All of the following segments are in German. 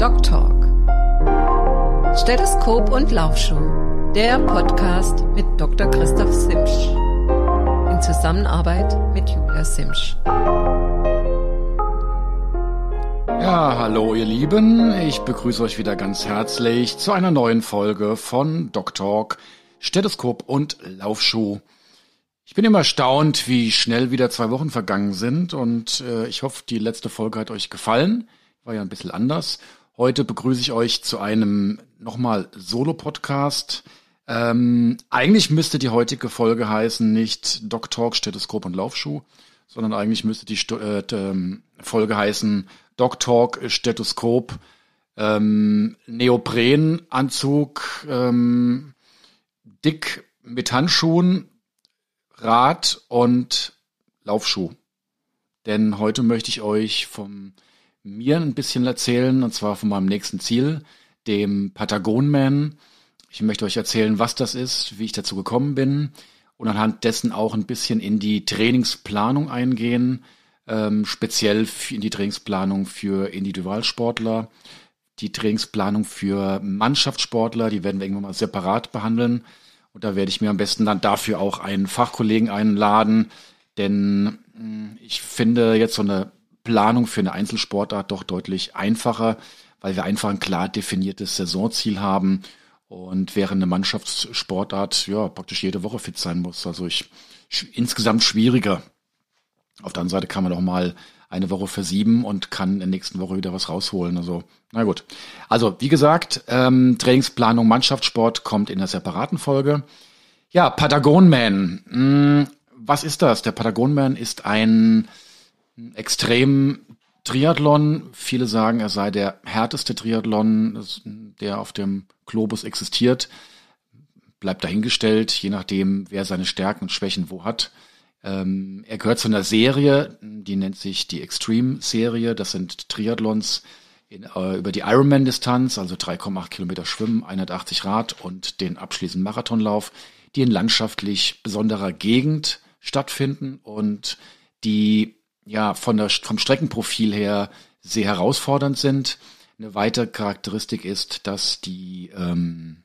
Doc Talk. Stethoskop und Laufschuh. Der Podcast mit Dr. Christoph Simsch. In Zusammenarbeit mit Julia Simsch. Ja, hallo ihr Lieben. Ich begrüße euch wieder ganz herzlich zu einer neuen Folge von Doc Talk, Stethoskop und Laufschuh. Ich bin immer erstaunt, wie schnell wieder 2 Wochen vergangen sind und ich hoffe, die letzte Folge hat euch gefallen. War ja ein bisschen anders. Heute begrüße ich euch zu einem nochmal Solo-Podcast. Eigentlich müsste die heutige Folge heißen nicht Doc Talk, Stethoskop und Laufschuh, sondern eigentlich müsste die Folge heißen Doc Talk, Stethoskop, Neoprenanzug, dick mit Handschuhen, Rad und Laufschuh. Denn heute möchte ich euch von mir ein bisschen erzählen, und zwar von meinem nächsten Ziel, dem Patagonman. Ich möchte euch erzählen, was das ist, wie ich dazu gekommen bin und anhand dessen auch ein bisschen in die Trainingsplanung eingehen, speziell in die Trainingsplanung für Individualsportler, die Trainingsplanung für Mannschaftssportler, die werden wir irgendwann mal separat behandeln. Und da werde ich mir am besten dann dafür auch einen Fachkollegen einladen, denn ich finde jetzt so eine Planung für eine Einzelsportart doch deutlich einfacher, weil wir einfach ein klar definiertes Saisonziel haben und während eine Mannschaftssportart ja praktisch jede Woche fit sein muss. Also insgesamt schwieriger. Auf der anderen Seite kann man auch mal eine Woche versieben und kann in der nächsten Woche wieder was rausholen. Also, na gut. Also, wie gesagt, Trainingsplanung Mannschaftssport kommt in einer separaten Folge. Ja, Patagonman. Was ist das? Der Patagonman ist ein extrem Triathlon. Viele sagen, er sei der härteste Triathlon, der auf dem Globus existiert. Bleibt dahingestellt, je nachdem, wer seine Stärken und Schwächen wo hat. Er gehört zu einer Serie, die nennt sich die Extreme-Serie. Das sind Triathlons über die Ironman-Distanz, also 3,8 Kilometer Schwimmen, 180 Rad und den abschließenden Marathonlauf, die in landschaftlich besonderer Gegend stattfinden und die ja vom Streckenprofil her sehr herausfordernd sind. Eine weitere Charakteristik ist, dass der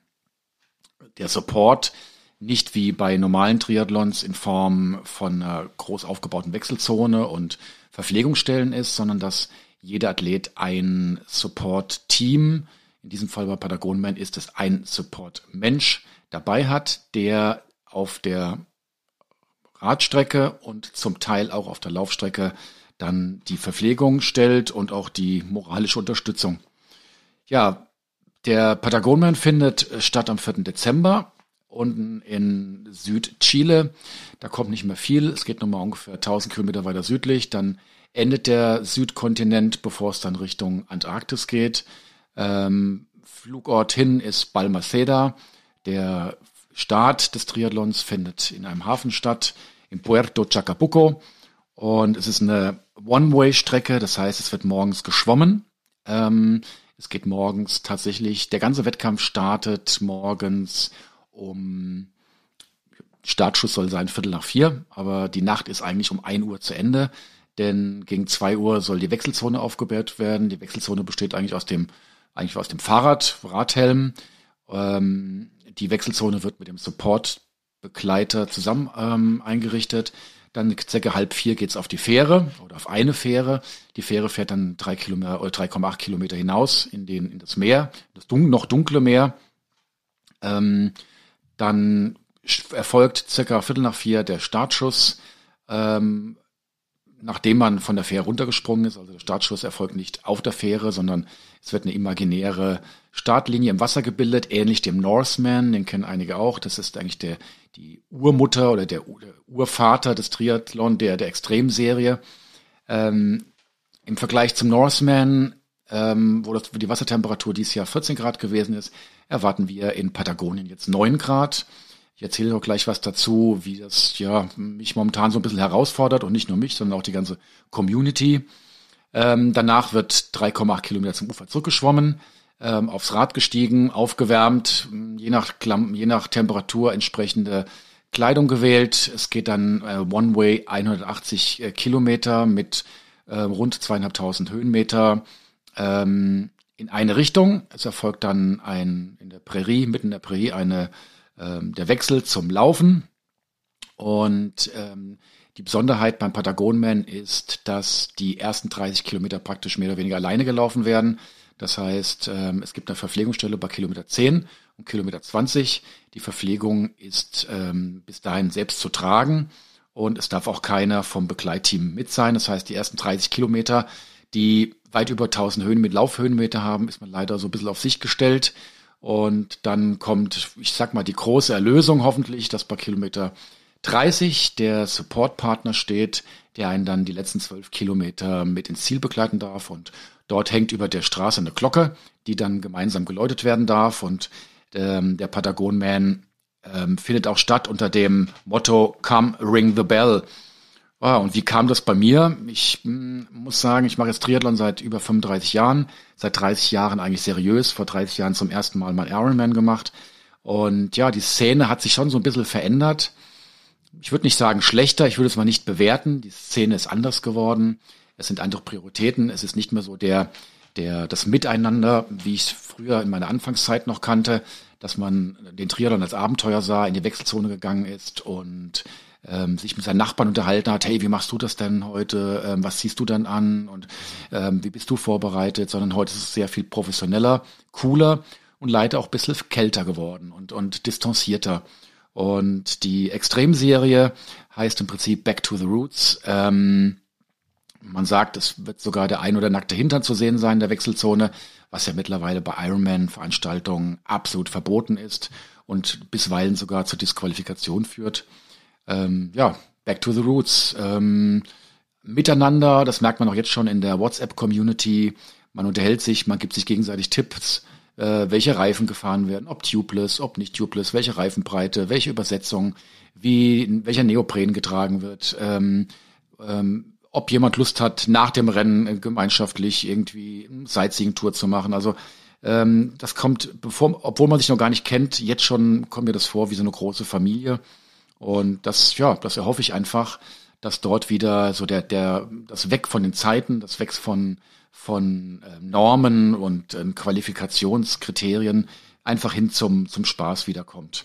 Support nicht wie bei normalen Triathlons in Form von einer groß aufgebauten Wechselzone und Verpflegungsstellen ist, sondern dass jeder Athlet ein Support-Team, in diesem Fall bei Patagonman ist es ein Support-Mensch, dabei hat, der auf der Radstrecke und zum Teil auch auf der Laufstrecke dann die Verpflegung stellt und auch die moralische Unterstützung. Ja, der Patagonman findet statt am 4. Dezember unten in Südchile. Da kommt nicht mehr viel. Es geht nochmal ungefähr 1000 Kilometer weiter südlich. Dann endet der Südkontinent, bevor es dann Richtung Antarktis geht. Flugort hin ist Balmaceda. Der Start des Triathlons findet in einem Hafen statt, in Puerto Chacabuco. Und es ist eine One-Way-Strecke, das heißt, es wird morgens geschwommen. Es geht morgens tatsächlich, der ganze Wettkampf startet morgens Startschuss soll sein 3:45, aber die Nacht ist eigentlich um 1 Uhr zu Ende, denn gegen 2 Uhr soll die Wechselzone aufgebaut werden. Die Wechselzone besteht eigentlich aus dem Radhelm. Die Wechselzone wird mit dem Support-Begleiter zusammen eingerichtet. Dann ca. 3:30 geht's auf die Fähre oder auf eine Fähre. Die Fähre fährt dann 3 Kilometer oder 3,8 Kilometer hinaus in das Meer, das noch dunkle Meer. Dann erfolgt ca. 3:45 der Startschuss, nachdem man von der Fähre runtergesprungen ist. Also der Startschuss erfolgt nicht auf der Fähre, sondern es wird eine imaginäre Startlinie im Wasser gebildet, ähnlich dem Norseman, den kennen einige auch. Das ist eigentlich die Urmutter oder der Urvater des Triathlon, der Extremserie. Im Vergleich zum Norseman, wo die Wassertemperatur dieses Jahr 14 Grad gewesen ist, erwarten wir in Patagonien jetzt 9 Grad. Ich erzähle auch gleich was dazu, wie das mich momentan so ein bisschen herausfordert und nicht nur mich, sondern auch die ganze Community. Danach wird 3,8 Kilometer zum Ufer zurückgeschwommen, aufs Rad gestiegen, aufgewärmt, je nach Temperatur entsprechende Kleidung gewählt. Es geht dann One-Way 180 Kilometer mit rund 2500 Höhenmeter. in eine Richtung. Es erfolgt dann in der Prärie, mitten in der Prärie, der Wechsel zum Laufen. Und die Besonderheit beim Patagonman ist, dass die ersten 30 Kilometer praktisch mehr oder weniger alleine gelaufen werden. Das heißt, es gibt eine Verpflegungsstelle bei Kilometer 10 und Kilometer 20. Die Verpflegung ist bis dahin selbst zu tragen und es darf auch keiner vom Begleitteam mit sein. Das heißt, die ersten 30 Kilometer, die weit über 1000 Laufhöhenmeter haben, ist man leider so ein bisschen auf sich gestellt. Und dann kommt, ich sag mal, die große Erlösung hoffentlich, dass bei Kilometer 30 der Supportpartner steht, der einen dann die letzten 12 Kilometer mit ins Ziel begleiten darf. Und dort hängt über der Straße eine Glocke, die dann gemeinsam geläutet werden darf. Und der Patagonman findet auch statt unter dem Motto Come Ring the Bell. Und wie kam das bei mir? Ich muss sagen, ich mache jetzt Triathlon seit über 35 Jahren, seit 30 Jahren eigentlich seriös, vor 30 Jahren zum ersten Mal Ironman gemacht. Und ja, die Szene hat sich schon so ein bisschen verändert. Ich würde nicht sagen schlechter, ich würde es mal nicht bewerten. Die Szene ist anders geworden. Es sind andere Prioritäten. Es ist nicht mehr so das Miteinander, wie ich es früher in meiner Anfangszeit noch kannte, dass man den Triathlon als Abenteuer sah, in die Wechselzone gegangen ist und sich mit seinen Nachbarn unterhalten hat, hey, wie machst du das denn heute? Was ziehst du dann an? Und wie bist du vorbereitet? Sondern heute ist es sehr viel professioneller, cooler und leider auch ein bisschen kälter geworden und distanzierter. Und die Extremserie heißt im Prinzip Back to the Roots. Man sagt, es wird sogar der ein oder nackte Hintern zu sehen sein in der Wechselzone, was ja mittlerweile bei Ironman-Veranstaltungen absolut verboten ist und bisweilen sogar zur Disqualifikation führt. Back to the Roots. Miteinander, das merkt man auch jetzt schon in der WhatsApp-Community. Man unterhält sich, man gibt sich gegenseitig Tipps, welche Reifen gefahren werden, ob tubeless, ob nicht tubeless, welche Reifenbreite, welche Übersetzung, welcher Neopren getragen wird, ob jemand Lust hat, nach dem Rennen gemeinschaftlich irgendwie eine Sightseeing-Tour zu machen. Also das kommt, obwohl man sich noch gar nicht kennt, jetzt schon kommt mir das vor wie so eine große Familie. Und das erhoffe ich einfach, dass dort wieder so das Weg von den Zeiten, das Weg von Normen und Qualifikationskriterien einfach hin zum Spaß wiederkommt.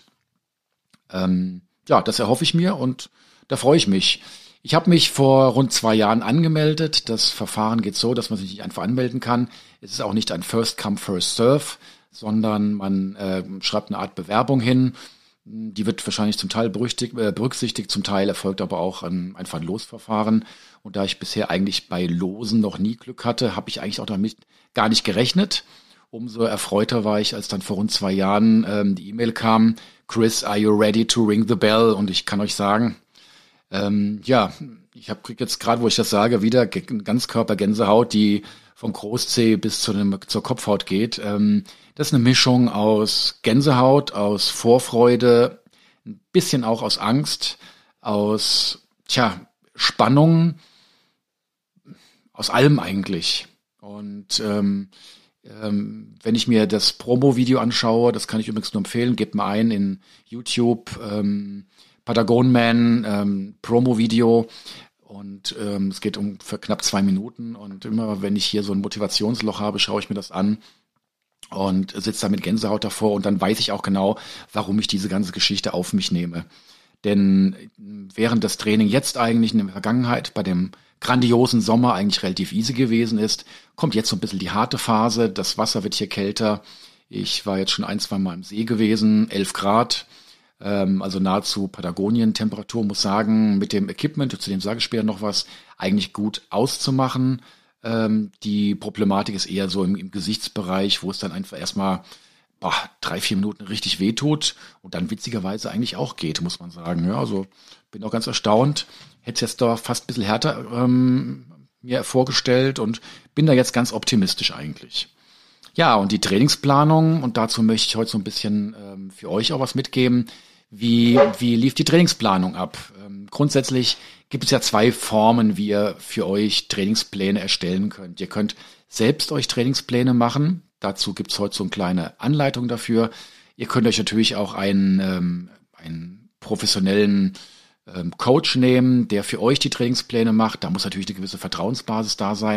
Das erhoffe ich mir und da freue ich mich. Ich habe mich vor rund 2 Jahren angemeldet. Das Verfahren geht so, dass man sich nicht einfach anmelden kann. Es ist auch nicht ein First Come, First Serve, sondern man schreibt eine Art Bewerbung hin. Die wird wahrscheinlich zum Teil berücksichtigt, zum Teil erfolgt aber auch einfach ein Losverfahren. Und da ich bisher eigentlich bei Losen noch nie Glück hatte, habe ich eigentlich auch damit gar nicht gerechnet. Umso erfreuter war ich, als dann vor rund 2 Jahren die E-Mail kam, Chris, are you ready to ring the bell? Und ich kann euch sagen, ich krieg jetzt gerade, wo ich das sage, wieder Ganzkörpergänsehaut, die vom Großzeh bis zur Kopfhaut geht. Das ist eine Mischung aus Gänsehaut, aus Vorfreude, ein bisschen auch aus Angst, aus Spannung, aus allem eigentlich. Und wenn ich mir das Promo-Video anschaue, das kann ich übrigens nur empfehlen, gebt mal ein in YouTube, Patagonman, Promo-Video. Und es geht für knapp 2 Minuten. Und immer, wenn ich hier so ein Motivationsloch habe, schaue ich mir das an und sitze da mit Gänsehaut davor. Und dann weiß ich auch genau, warum ich diese ganze Geschichte auf mich nehme. Denn während das Training jetzt eigentlich in der Vergangenheit bei dem grandiosen Sommer eigentlich relativ easy gewesen ist, kommt jetzt so ein bisschen die harte Phase. Das Wasser wird hier kälter. Ich war jetzt schon 1-2 Mal im See gewesen, 11 Grad. Also nahezu Patagonien-Temperatur, muss sagen, mit dem Equipment, zu dem sage ich später noch was, eigentlich gut auszumachen. Die Problematik ist eher so im Gesichtsbereich, wo es dann einfach erstmal 3-4 Minuten richtig wehtut und dann witzigerweise eigentlich auch geht, muss man sagen. Ja, also bin auch ganz erstaunt. Hätte es jetzt da fast ein bisschen härter mir vorgestellt und bin da jetzt ganz optimistisch eigentlich. Ja, und die Trainingsplanung, und dazu möchte ich heute so ein bisschen für euch auch was mitgeben. Wie lief die Trainingsplanung ab? Grundsätzlich gibt es ja 2 Formen, wie ihr für euch Trainingspläne erstellen könnt. Ihr könnt selbst euch Trainingspläne machen. Dazu gibt es heute so eine kleine Anleitung dafür. Ihr könnt euch natürlich auch einen professionellen Coach nehmen, der für euch die Trainingspläne macht. Da muss natürlich eine gewisse Vertrauensbasis da sein.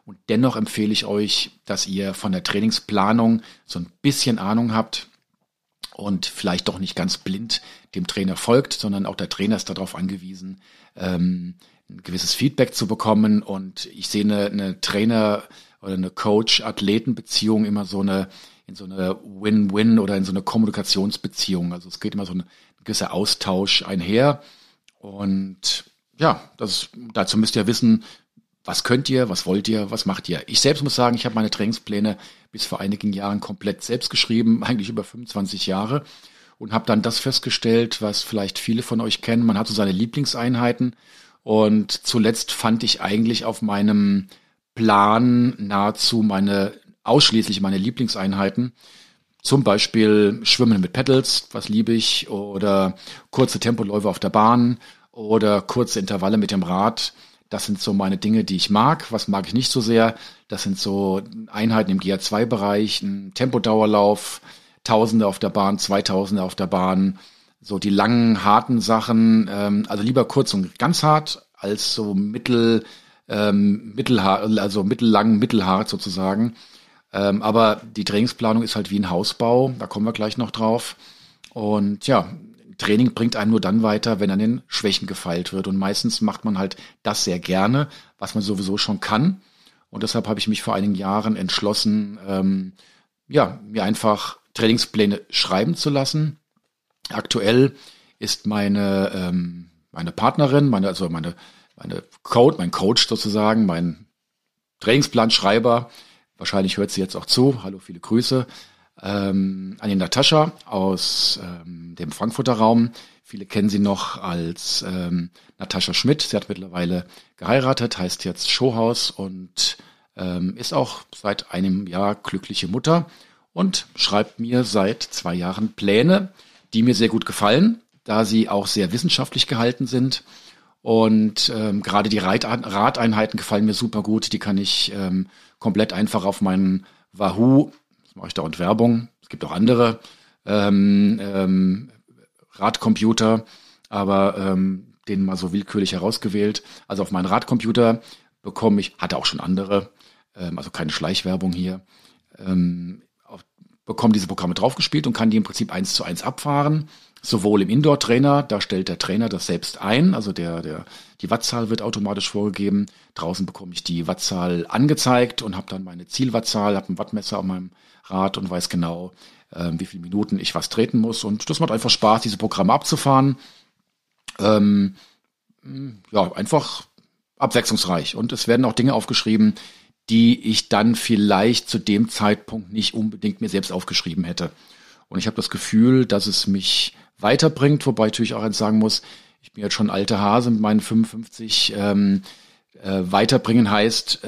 Und dennoch empfehle ich euch, dass ihr von der Trainingsplanung so ein bisschen Ahnung habt und vielleicht doch nicht ganz blind dem Trainer folgt, sondern auch der Trainer ist darauf angewiesen, ein gewisses Feedback zu bekommen. Und ich sehe eine Trainer- oder eine Coach-Athleten-Beziehung immer in so eine Win-Win oder in so eine Kommunikationsbeziehung. Also es geht immer so ein gewisser Austausch einher. Und ja, dazu müsst ihr wissen, was könnt ihr, was wollt ihr, was macht ihr. Ich selbst muss sagen, ich habe meine Trainingspläne bis vor einigen Jahren komplett selbst geschrieben, eigentlich über 25 Jahre. Und habe dann das festgestellt, was vielleicht viele von euch kennen. Man hat so seine Lieblingseinheiten. Und zuletzt fand ich eigentlich auf meinem Plan nahezu ausschließlich meine Lieblingseinheiten. Zum Beispiel Schwimmen mit Pedals, was liebe ich, oder kurze Tempoläufe auf der Bahn oder kurze Intervalle mit dem Rad. Das sind so meine Dinge, die ich mag. Was mag ich nicht so sehr? Das sind so Einheiten im GA2-Bereich, ein Tempodauerlauf, Tausende auf der Bahn, 2000 auf der Bahn, so die langen, harten Sachen, also lieber kurz und ganz hart als so mittellang, mittelhart sozusagen. Aber die Trainingsplanung ist halt wie ein Hausbau, da kommen wir gleich noch drauf. Und ja, Training bringt einem nur dann weiter, wenn an den Schwächen gefeilt wird. Und meistens macht man halt das sehr gerne, was man sowieso schon kann. Und deshalb habe ich mich vor einigen Jahren entschlossen, mir einfach Trainingspläne schreiben zu lassen. Aktuell ist meine Partnerin, mein Coach sozusagen, mein Trainingsplanschreiber. Wahrscheinlich hört sie jetzt auch zu. Hallo, viele Grüße. An die Natascha aus dem Frankfurter Raum. Viele kennen sie noch als Natascha Schmidt. Sie hat mittlerweile geheiratet, heißt jetzt Showhaus und ist auch seit einem Jahr glückliche Mutter und schreibt mir seit 2 Jahren Pläne, die mir sehr gut gefallen, da sie auch sehr wissenschaftlich gehalten sind. Und gerade die Radeinheiten gefallen mir super gut. Die kann ich komplett einfach auf meinen Wahoo, das mache ich dauernd Werbung, es gibt auch andere Radcomputer, aber den mal so willkürlich herausgewählt. Also auf meinen Radcomputer hatte auch schon andere, also keine Schleichwerbung hier, bekomme diese Programme draufgespielt und kann die im Prinzip 1:1 abfahren. Sowohl im Indoor-Trainer, da stellt der Trainer das selbst ein, also die Wattzahl wird automatisch vorgegeben. Draußen bekomme ich die Wattzahl angezeigt und habe dann meine Zielwattzahl, habe ein Wattmesser auf meinem Rad und weiß genau, wie viele Minuten ich was treten muss. Und das macht einfach Spaß, diese Programme abzufahren. Einfach abwechslungsreich. Und es werden auch Dinge aufgeschrieben, die ich dann vielleicht zu dem Zeitpunkt nicht unbedingt mir selbst aufgeschrieben hätte. Und ich habe das Gefühl, dass es mich weiterbringt, wobei ich natürlich auch eins sagen muss, ich bin jetzt schon alter Hase mit meinen 55. Weiterbringen heißt,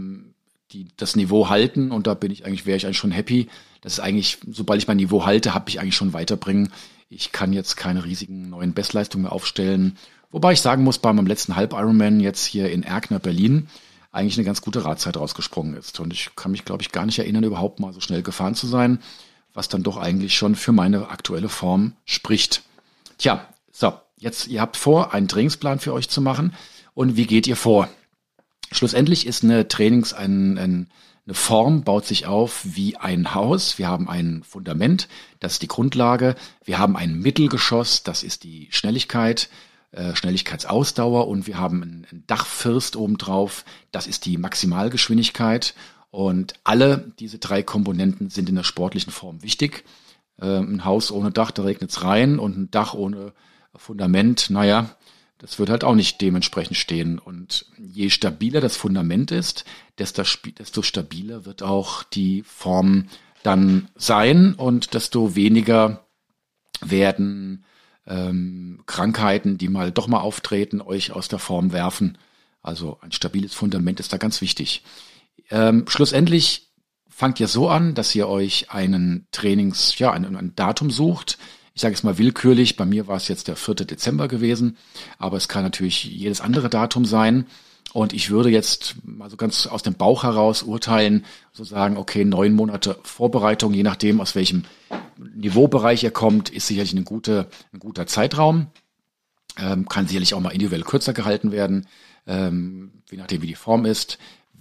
das Niveau halten und da wäre ich eigentlich schon happy. Das ist eigentlich, sobald ich mein Niveau halte, habe ich eigentlich schon weiterbringen. Ich kann jetzt keine riesigen neuen Bestleistungen mehr aufstellen. Wobei ich sagen muss, bei meinem letzten Halb-Ironman jetzt hier in Erkner, Berlin, eigentlich eine ganz gute Radzeit rausgesprungen ist. Und ich kann mich, glaube ich, gar nicht erinnern, überhaupt mal so schnell gefahren zu sein, was dann doch eigentlich schon für meine aktuelle Form spricht. Tja, so, jetzt, ihr habt vor, einen Trainingsplan für euch zu machen. Und wie geht ihr vor? Schlussendlich ist eine eine Form, baut sich auf wie ein Haus. Wir haben ein Fundament, das ist die Grundlage. Wir haben ein Mittelgeschoss, das ist die Schnelligkeit, Schnelligkeitsausdauer. Und wir haben ein Dachfirst obendrauf, das ist die Maximalgeschwindigkeit. Und alle diese 3 Komponenten sind in der sportlichen Form wichtig. Ein Haus ohne Dach, da regnet's rein, und ein Dach ohne Fundament, das wird halt auch nicht dementsprechend stehen. Und je stabiler das Fundament ist, desto stabiler wird auch die Form dann sein und desto weniger werden Krankheiten, die doch mal auftreten, euch aus der Form werfen. Also ein stabiles Fundament ist da ganz wichtig. Schlussendlich fangt ihr so an, dass ihr euch ein Datum sucht. Ich sage es mal willkürlich, bei mir war es jetzt der 4. Dezember gewesen, aber es kann natürlich jedes andere Datum sein. Und ich würde jetzt mal so ganz aus dem Bauch heraus urteilen, so sagen, okay, 9 Monate Vorbereitung, je nachdem, aus welchem Niveaubereich ihr kommt, ist sicherlich ein guter Zeitraum. Kann sicherlich auch mal individuell kürzer gehalten werden, je nachdem, wie die Form ist.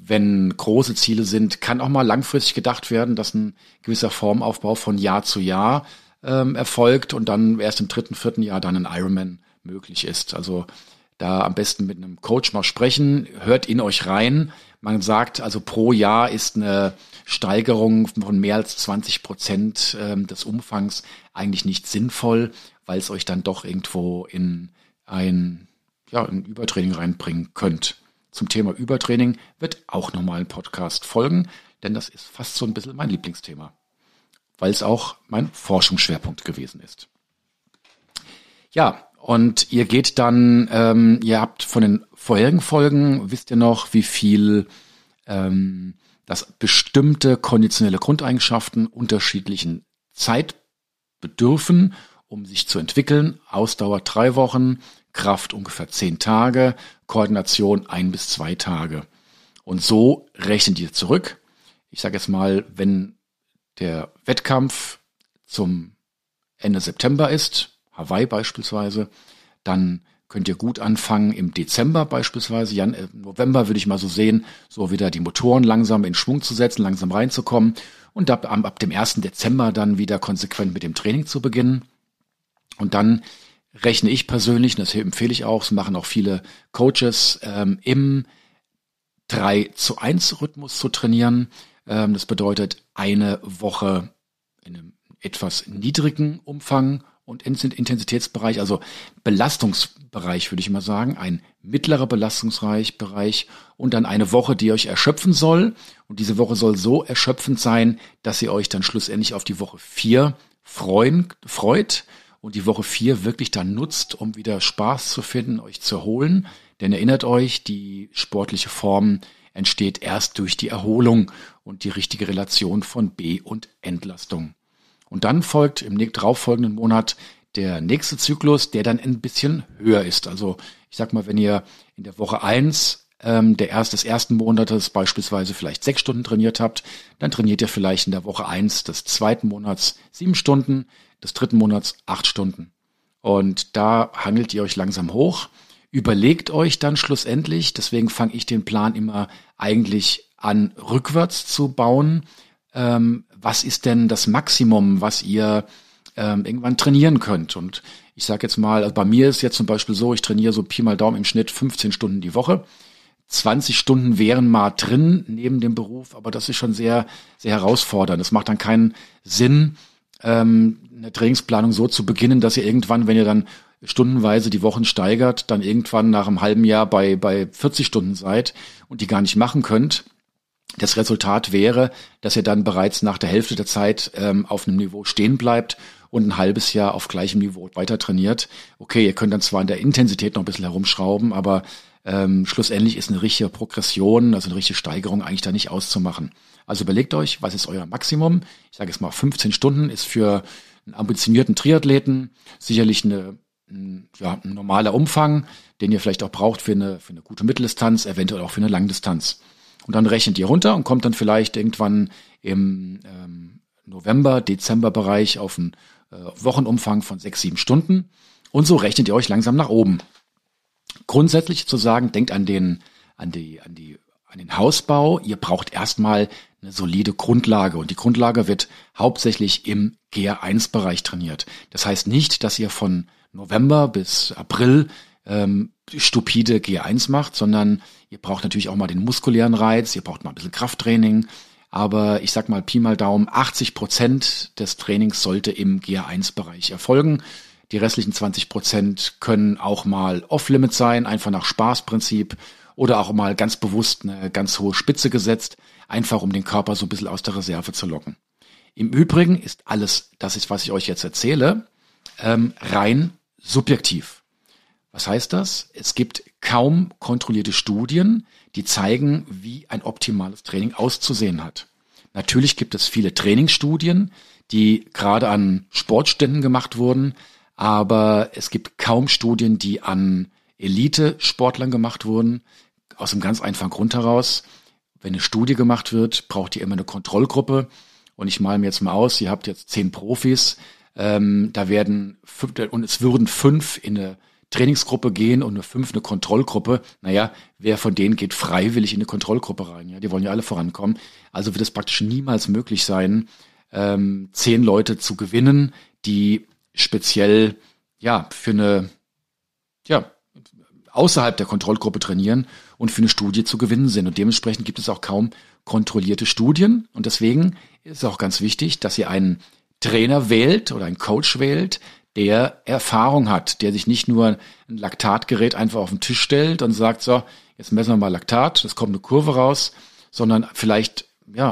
wenn große Ziele sind, kann auch mal langfristig gedacht werden, dass ein gewisser Formaufbau von Jahr zu Jahr erfolgt und dann erst im 3., 4. Jahr dann ein Ironman möglich ist. Also da am besten mit einem Coach mal sprechen, hört in euch rein. Man sagt, also pro Jahr ist eine Steigerung von mehr als 20% des Umfangs eigentlich nicht sinnvoll, weil es euch dann doch irgendwo in ein Übertraining reinbringen könnt. Zum Thema Übertraining wird auch nochmal ein Podcast folgen, denn das ist fast so ein bisschen mein Lieblingsthema, weil es auch mein Forschungsschwerpunkt gewesen ist. Ja, und ihr geht dann, ihr habt von den vorherigen Folgen, wisst ihr noch, wie viel dass bestimmte konditionelle Grundeigenschaften unterschiedlichen Zeit bedürfen, um sich zu entwickeln. Ausdauer 3 Wochen, Kraft ungefähr 10 Tage, Koordination 1 bis 2 Tage. Und so rechnet ihr zurück. Ich sage jetzt mal, wenn der Wettkampf zum Ende September ist, Hawaii beispielsweise, dann könnt ihr gut anfangen im Dezember beispielsweise. November würde ich mal so sehen, so wieder die Motoren langsam in Schwung zu setzen, langsam reinzukommen und ab dem 1. Dezember dann wieder konsequent mit dem Training zu beginnen. Und dann rechne ich persönlich, und das empfehle ich auch, das machen auch viele Coaches, im 3:1 Rhythmus zu trainieren. Das bedeutet eine Woche in einem etwas niedrigen Umfang und Intensitätsbereich, also Belastungsbereich würde ich mal sagen, ein mittlerer Belastungsbereich und dann eine Woche, die euch erschöpfen soll. Und diese Woche soll so erschöpfend sein, dass ihr euch dann schlussendlich auf die Woche 4 freut und die Woche 4 wirklich dann nutzt, um wieder Spaß zu finden, euch zu erholen. Denn erinnert euch, die sportliche Form entsteht erst durch die Erholung und die richtige Relation von B- und Entlastung. Und dann folgt im darauffolgenden Monat der nächste Zyklus, der dann ein bisschen höher ist. Also ich sag mal, wenn ihr in der Woche 1 des ersten Monates beispielsweise vielleicht 6 Stunden trainiert habt, dann trainiert ihr vielleicht in der Woche 1 des 2. Monats 7 Stunden, des 3. Monats 8 Stunden. Und da hangelt ihr euch langsam hoch. Überlegt euch dann schlussendlich, deswegen fange ich den Plan immer eigentlich an, rückwärts zu bauen. Was ist denn das Maximum, was ihr irgendwann trainieren könnt? Und ich sage jetzt mal, also bei mir ist jetzt zum Beispiel so, ich trainiere so Pi mal Daumen im Schnitt 15 Stunden die Woche. 20 Stunden wären mal drin neben dem Beruf, aber das ist schon sehr, sehr herausfordernd. Es macht dann keinen Sinn, eine Trainingsplanung so zu beginnen, dass ihr irgendwann, wenn ihr dann stundenweise die Wochen steigert, dann irgendwann nach einem halben Jahr bei 40 Stunden seid und die gar nicht machen könnt. Das Resultat wäre, dass ihr dann bereits nach der Hälfte der Zeit auf einem Niveau stehen bleibt und ein halbes Jahr auf gleichem Niveau weiter trainiert. Okay, ihr könnt dann zwar in der Intensität noch ein bisschen herumschrauben, aber schlussendlich ist eine richtige Progression, also eine richtige Steigerung eigentlich da nicht auszumachen. Also überlegt euch, was ist euer Maximum? Ich sage jetzt mal 15 Stunden ist für einen ambitionierten Triathleten sicherlich ein normaler Umfang, den ihr vielleicht auch braucht für eine gute Mitteldistanz, eventuell auch für eine Langdistanz. Und dann rechnet ihr runter und kommt dann vielleicht irgendwann im November, Dezember-Bereich auf einen Wochenumfang von 6, 7 Stunden. Und so rechnet ihr euch langsam nach oben. Grundsätzlich zu sagen, denkt an den Hausbau. Ihr braucht erstmal eine solide Grundlage. Und die Grundlage wird hauptsächlich im GR1-Bereich trainiert. Das heißt nicht, dass ihr von November bis April stupide G1 macht, sondern ihr braucht natürlich auch mal den muskulären Reiz, ihr braucht mal ein bisschen Krafttraining, aber ich sag mal Pi mal Daumen, 80% des Trainings sollte im G1-Bereich erfolgen. Die restlichen 20% können auch mal Off-Limit sein, einfach nach Spaßprinzip oder auch mal ganz bewusst eine ganz hohe Spitze gesetzt, einfach um den Körper so ein bisschen aus der Reserve zu locken. Im Übrigen ist alles, was ich euch jetzt erzähle, rein subjektiv. Was heißt das? Es gibt kaum kontrollierte Studien, die zeigen, wie ein optimales Training auszusehen hat. Natürlich gibt es viele Trainingsstudien, die gerade an Sportständen gemacht wurden, aber es gibt kaum Studien, die an Elite-Sportlern gemacht wurden. Aus einem ganz einfachen Grund heraus, wenn eine Studie gemacht wird, braucht ihr immer eine Kontrollgruppe. Und ich male mir jetzt mal aus, ihr habt jetzt 10 Profis, es würden 5 in eine Trainingsgruppe gehen und 5 eine Kontrollgruppe. Naja, wer von denen geht freiwillig in eine Kontrollgruppe rein? Ja, die wollen ja alle vorankommen. Also wird es praktisch niemals möglich sein, 10 Leute zu gewinnen, die speziell für eine außerhalb der Kontrollgruppe trainieren und für eine Studie zu gewinnen sind. Und dementsprechend gibt es auch kaum kontrollierte Studien. Und deswegen ist es auch ganz wichtig, dass ihr einen Trainer wählt oder einen Coach wählt, der Erfahrung hat, der sich nicht nur ein Laktatgerät einfach auf den Tisch stellt und sagt, so, jetzt messen wir mal Laktat, das kommt eine Kurve raus, sondern vielleicht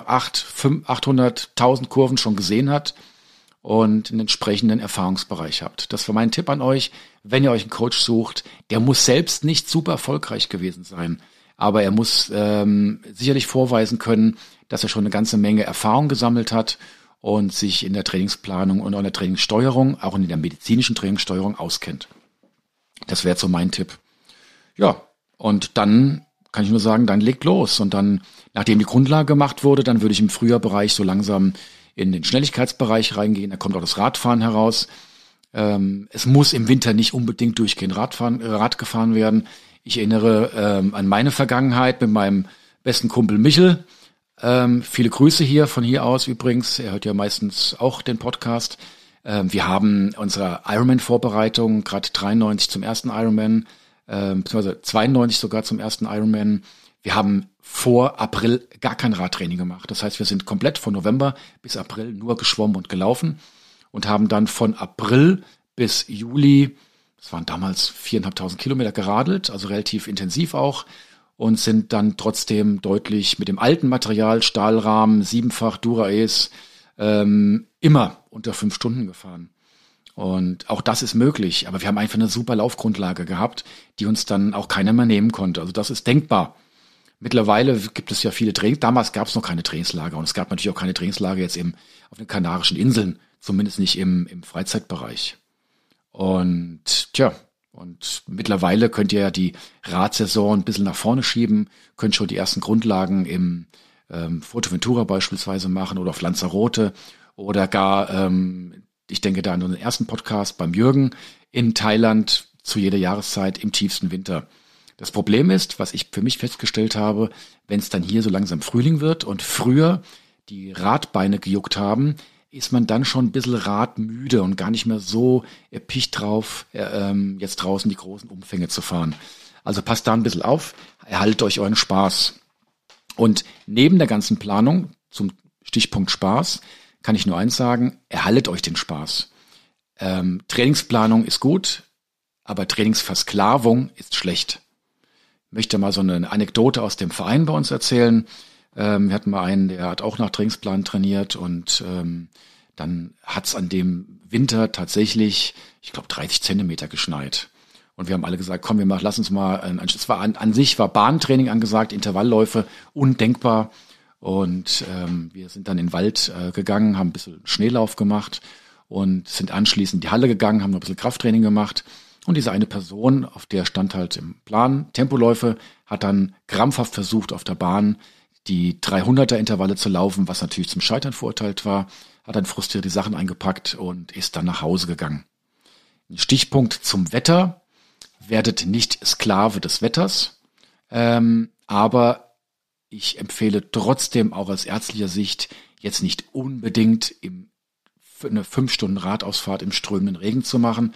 800, 1000 Kurven schon gesehen hat und einen entsprechenden Erfahrungsbereich habt. Das war mein Tipp an euch, wenn ihr euch einen Coach sucht. Der muss selbst nicht super erfolgreich gewesen sein, aber er muss sicherlich vorweisen können, dass er schon eine ganze Menge Erfahrung gesammelt hat und sich in der Trainingsplanung und in der Trainingssteuerung, auch in der medizinischen Trainingssteuerung auskennt. Das wäre so mein Tipp. Ja, und dann kann ich nur sagen, dann legt los. Und dann, nachdem die Grundlage gemacht wurde, dann würde ich im Frühjahrbereich so langsam in den Schnelligkeitsbereich reingehen. Da kommt auch das Radfahren heraus. Es muss im Winter nicht unbedingt durchgehend Rad gefahren werden. Ich erinnere an meine Vergangenheit mit meinem besten Kumpel Michel. Viele Grüße hier von hier aus übrigens. Er hört ja meistens auch den Podcast. Wir haben unsere Ironman-Vorbereitung, gerade 93 zum ersten Ironman, beziehungsweise 92 sogar zum ersten Ironman. Wir haben vor April gar kein Radtraining gemacht. Das heißt, wir sind komplett von November bis April nur geschwommen und gelaufen und haben dann von April bis Juli, das waren damals 4.500 Kilometer geradelt, also relativ intensiv auch, und sind dann trotzdem deutlich mit dem alten Material, Stahlrahmen, 7-fach Dura-Ace, immer unter 5 Stunden gefahren. Und auch das ist möglich, aber wir haben einfach eine super Laufgrundlage gehabt, die uns dann auch keiner mehr nehmen konnte. Also das ist denkbar. Mittlerweile gibt es ja viele Trainings, damals gab es noch keine Trainingslager und es gab natürlich auch keine Trainingslager jetzt auf den Kanarischen Inseln, zumindest nicht im Freizeitbereich. Und mittlerweile könnt ihr ja die Radsaison ein bisschen nach vorne schieben, könnt schon die ersten Grundlagen im Fuerteventura beispielsweise machen oder auf Lanzarote oder gar, ich denke da an den ersten Podcast beim Jürgen in Thailand zu jeder Jahreszeit im tiefsten Winter. Das Problem ist, was ich für mich festgestellt habe, wenn es dann hier so langsam Frühling wird und früher die Radbeine gejuckt haben, ist man dann schon ein bisschen radmüde und gar nicht mehr so erpicht drauf, jetzt draußen die großen Umfänge zu fahren. Also passt da ein bisschen auf, erhaltet euch euren Spaß. Und neben der ganzen Planung zum Stichpunkt Spaß kann ich nur eins sagen, erhaltet euch den Spaß. Trainingsplanung ist gut, aber Trainingsversklavung ist schlecht. Ich möchte mal so eine Anekdote aus dem Verein bei uns erzählen. Wir hatten mal einen, der hat auch nach Trainingsplan trainiert und dann hat es an dem Winter tatsächlich, ich glaube, 30 Zentimeter geschneit. Und wir haben alle gesagt, komm, lass uns mal, es war an sich war Bahntraining angesagt, Intervallläufe, undenkbar. Und wir sind dann in den Wald gegangen, haben ein bisschen Schneelauf gemacht und sind anschließend in die Halle gegangen, haben noch ein bisschen Krafttraining gemacht. Und diese eine Person, auf der stand halt im Plan, Tempoläufe, hat dann krampfhaft versucht, auf der Bahn die 300er Intervalle zu laufen, was natürlich zum Scheitern verurteilt war, hat dann frustriert die Sachen eingepackt und ist dann nach Hause gegangen. Ein Stichpunkt zum Wetter: Werdet nicht Sklave des Wetters, aber ich empfehle trotzdem auch aus ärztlicher Sicht jetzt nicht unbedingt eine 5-Stunden-Radausfahrt im strömenden Regen zu machen.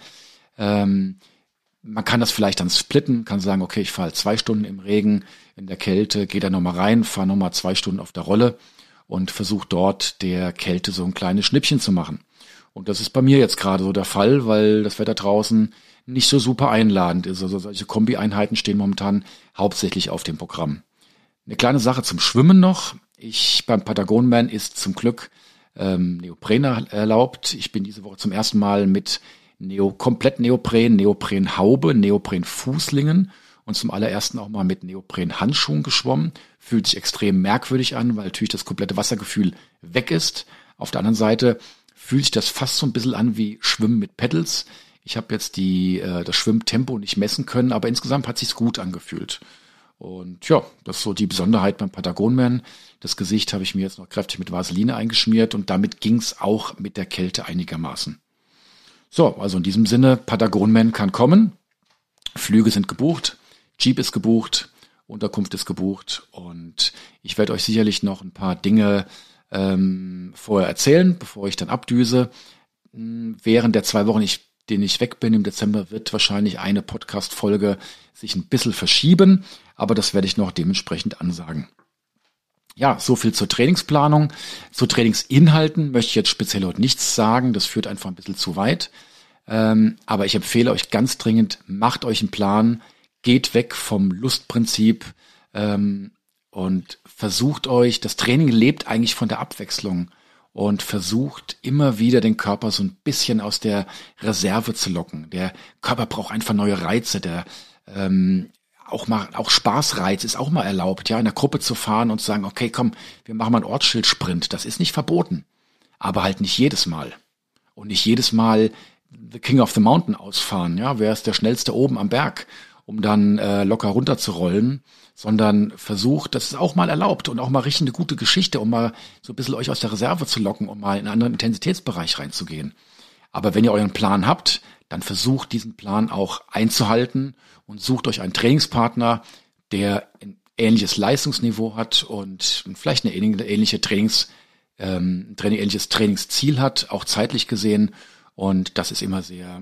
Man kann das vielleicht dann splitten, kann sagen, okay, ich fahre 2 Stunden im Regen, in der Kälte, gehe da nochmal rein, fahre nochmal 2 Stunden auf der Rolle und versuche dort der Kälte so ein kleines Schnippchen zu machen. Und das ist bei mir jetzt gerade so der Fall, weil das Wetter draußen nicht so super einladend ist. Also solche Kombi-Einheiten stehen momentan hauptsächlich auf dem Programm. Eine kleine Sache zum Schwimmen noch. Beim Patagonman ist zum Glück Neopren erlaubt. Ich bin diese Woche zum ersten Mal mit komplett Neoprenhaube, Neoprenfußlingen und zum allerersten auch mal mit Neoprenhandschuhen geschwommen. Fühlt sich extrem merkwürdig an, weil natürlich das komplette Wassergefühl weg ist. Auf der anderen Seite fühlt sich das fast so ein bisschen an wie Schwimmen mit Pedals. Ich habe jetzt das Schwimmtempo nicht messen können, aber insgesamt hat sich's gut angefühlt. Und ja, das ist so die Besonderheit beim Patagonman. Das Gesicht habe ich mir jetzt noch kräftig mit Vaseline eingeschmiert und damit ging's auch mit der Kälte einigermaßen. So, also in diesem Sinne, Patagonman kann kommen. Flüge sind gebucht, Jeep ist gebucht, Unterkunft ist gebucht und ich werde euch sicherlich noch ein paar Dinge vorher erzählen, bevor ich dann abdüse. Während der 2 Wochen, den ich weg bin im Dezember, wird wahrscheinlich eine Podcast-Folge sich ein bisschen verschieben, aber das werde ich noch dementsprechend ansagen. Ja, so viel zur Trainingsplanung. Zu Trainingsinhalten möchte ich jetzt speziell heute nichts sagen, das führt einfach ein bisschen zu weit. Aber ich empfehle euch ganz dringend, macht euch einen Plan, geht weg vom Lustprinzip und versucht euch, das Training lebt eigentlich von der Abwechslung und versucht immer wieder den Körper so ein bisschen aus der Reserve zu locken. Der Körper braucht einfach neue Reize, auch Spaßreiz ist auch mal erlaubt, ja, in der Gruppe zu fahren und zu sagen, okay, komm, wir machen mal einen Ortsschildsprint. Das ist nicht verboten, aber halt nicht jedes Mal. Und nicht jedes Mal the King of the Mountain ausfahren, ja, wer ist der Schnellste oben am Berg, um dann locker runterzurollen, sondern versucht, das ist auch mal erlaubt und auch mal richtig eine gute Geschichte, um mal so ein bisschen euch aus der Reserve zu locken, um mal in einen anderen Intensitätsbereich reinzugehen. Aber wenn ihr euren Plan habt, dann versucht diesen Plan auch einzuhalten und sucht euch einen Trainingspartner, der ein ähnliches Leistungsniveau hat und vielleicht eine ähnliche ähnliches Trainingsziel hat, auch zeitlich gesehen. Und das ist immer sehr,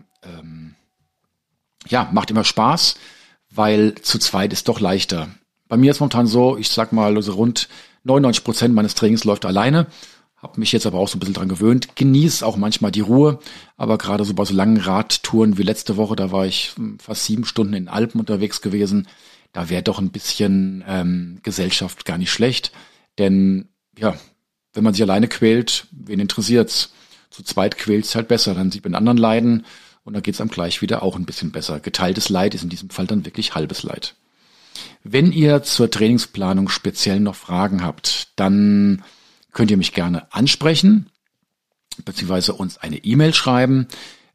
macht immer Spaß, weil zu zweit ist doch leichter. Bei mir ist momentan so, ich sag mal, also rund 99% meines Trainings läuft alleine. Habe mich jetzt aber auch so ein bisschen dran gewöhnt. Genieße auch manchmal die Ruhe, aber gerade so bei so langen Radtouren wie letzte Woche, da war ich fast 7 Stunden in den Alpen unterwegs gewesen. Da wäre doch ein bisschen Gesellschaft gar nicht schlecht. Denn ja, wenn man sich alleine quält, wen interessiert's? Zu zweit quält's halt besser. Dann sieht man anderen leiden und dann geht's einem gleich wieder auch ein bisschen besser. Geteiltes Leid ist in diesem Fall dann wirklich halbes Leid. Wenn ihr zur Trainingsplanung speziell noch Fragen habt, dann könnt ihr mich gerne ansprechen, beziehungsweise uns eine E-Mail schreiben.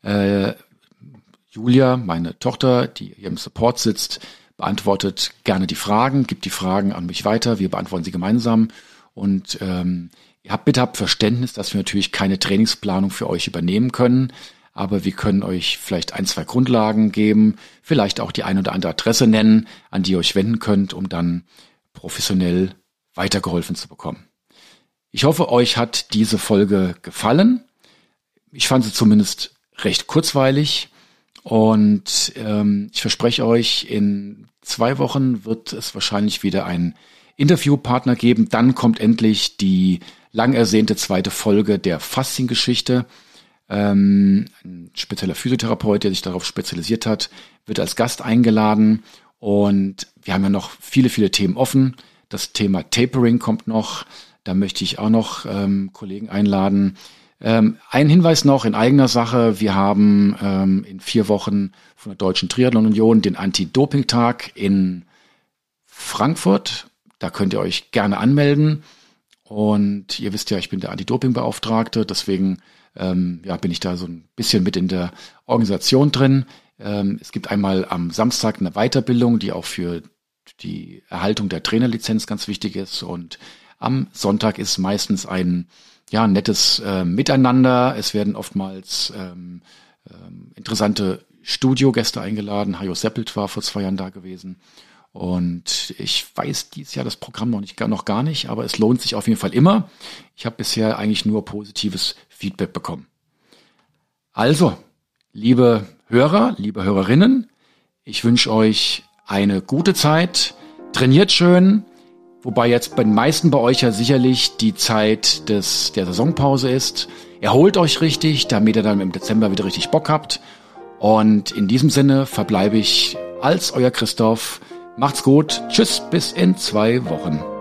Julia, meine Tochter, die hier im Support sitzt, beantwortet gerne die Fragen, gibt die Fragen an mich weiter, wir beantworten sie gemeinsam. Und bitte habt Verständnis, dass wir natürlich keine Trainingsplanung für euch übernehmen können, aber wir können euch vielleicht 1, 2 Grundlagen geben, vielleicht auch die ein oder andere Adresse nennen, an die ihr euch wenden könnt, um dann professionell weitergeholfen zu bekommen. Ich hoffe, euch hat diese Folge gefallen. Ich fand sie zumindest recht kurzweilig und ich verspreche euch, in 2 Wochen wird es wahrscheinlich wieder einen Interviewpartner geben. Dann kommt endlich die lang ersehnte 2. Folge der Fasziengeschichte. Ein spezieller Physiotherapeut, der sich darauf spezialisiert hat, wird als Gast eingeladen und wir haben ja noch viele, viele Themen offen. Das Thema Tapering kommt noch. Da möchte ich auch noch Kollegen einladen. Ein Hinweis noch in eigener Sache. Wir haben in 4 Wochen von der Deutschen Triathlon Union den Anti-Doping-Tag in Frankfurt. Da könnt ihr euch gerne anmelden. Und ihr wisst ja, ich bin der Anti-Doping-Beauftragte. Deswegen bin ich da so ein bisschen mit in der Organisation drin. Es gibt einmal am Samstag eine Weiterbildung, die auch für die Erhaltung der Trainerlizenz ganz wichtig ist. Und am Sonntag ist meistens ein nettes Miteinander. Es werden oftmals interessante Studiogäste eingeladen. Hajo Seppelt war vor 2 Jahren da gewesen. Und ich weiß dieses Jahr das Programm noch gar nicht, aber es lohnt sich auf jeden Fall immer. Ich habe bisher eigentlich nur positives Feedback bekommen. Also, liebe Hörer, liebe Hörerinnen, ich wünsche euch eine gute Zeit. Trainiert schön. Wobei jetzt bei den meisten bei euch ja sicherlich die Zeit der Saisonpause ist. Erholt euch richtig, damit ihr dann im Dezember wieder richtig Bock habt. Und in diesem Sinne verbleibe ich als euer Christoph. Macht's gut. Tschüss, bis in 2 Wochen.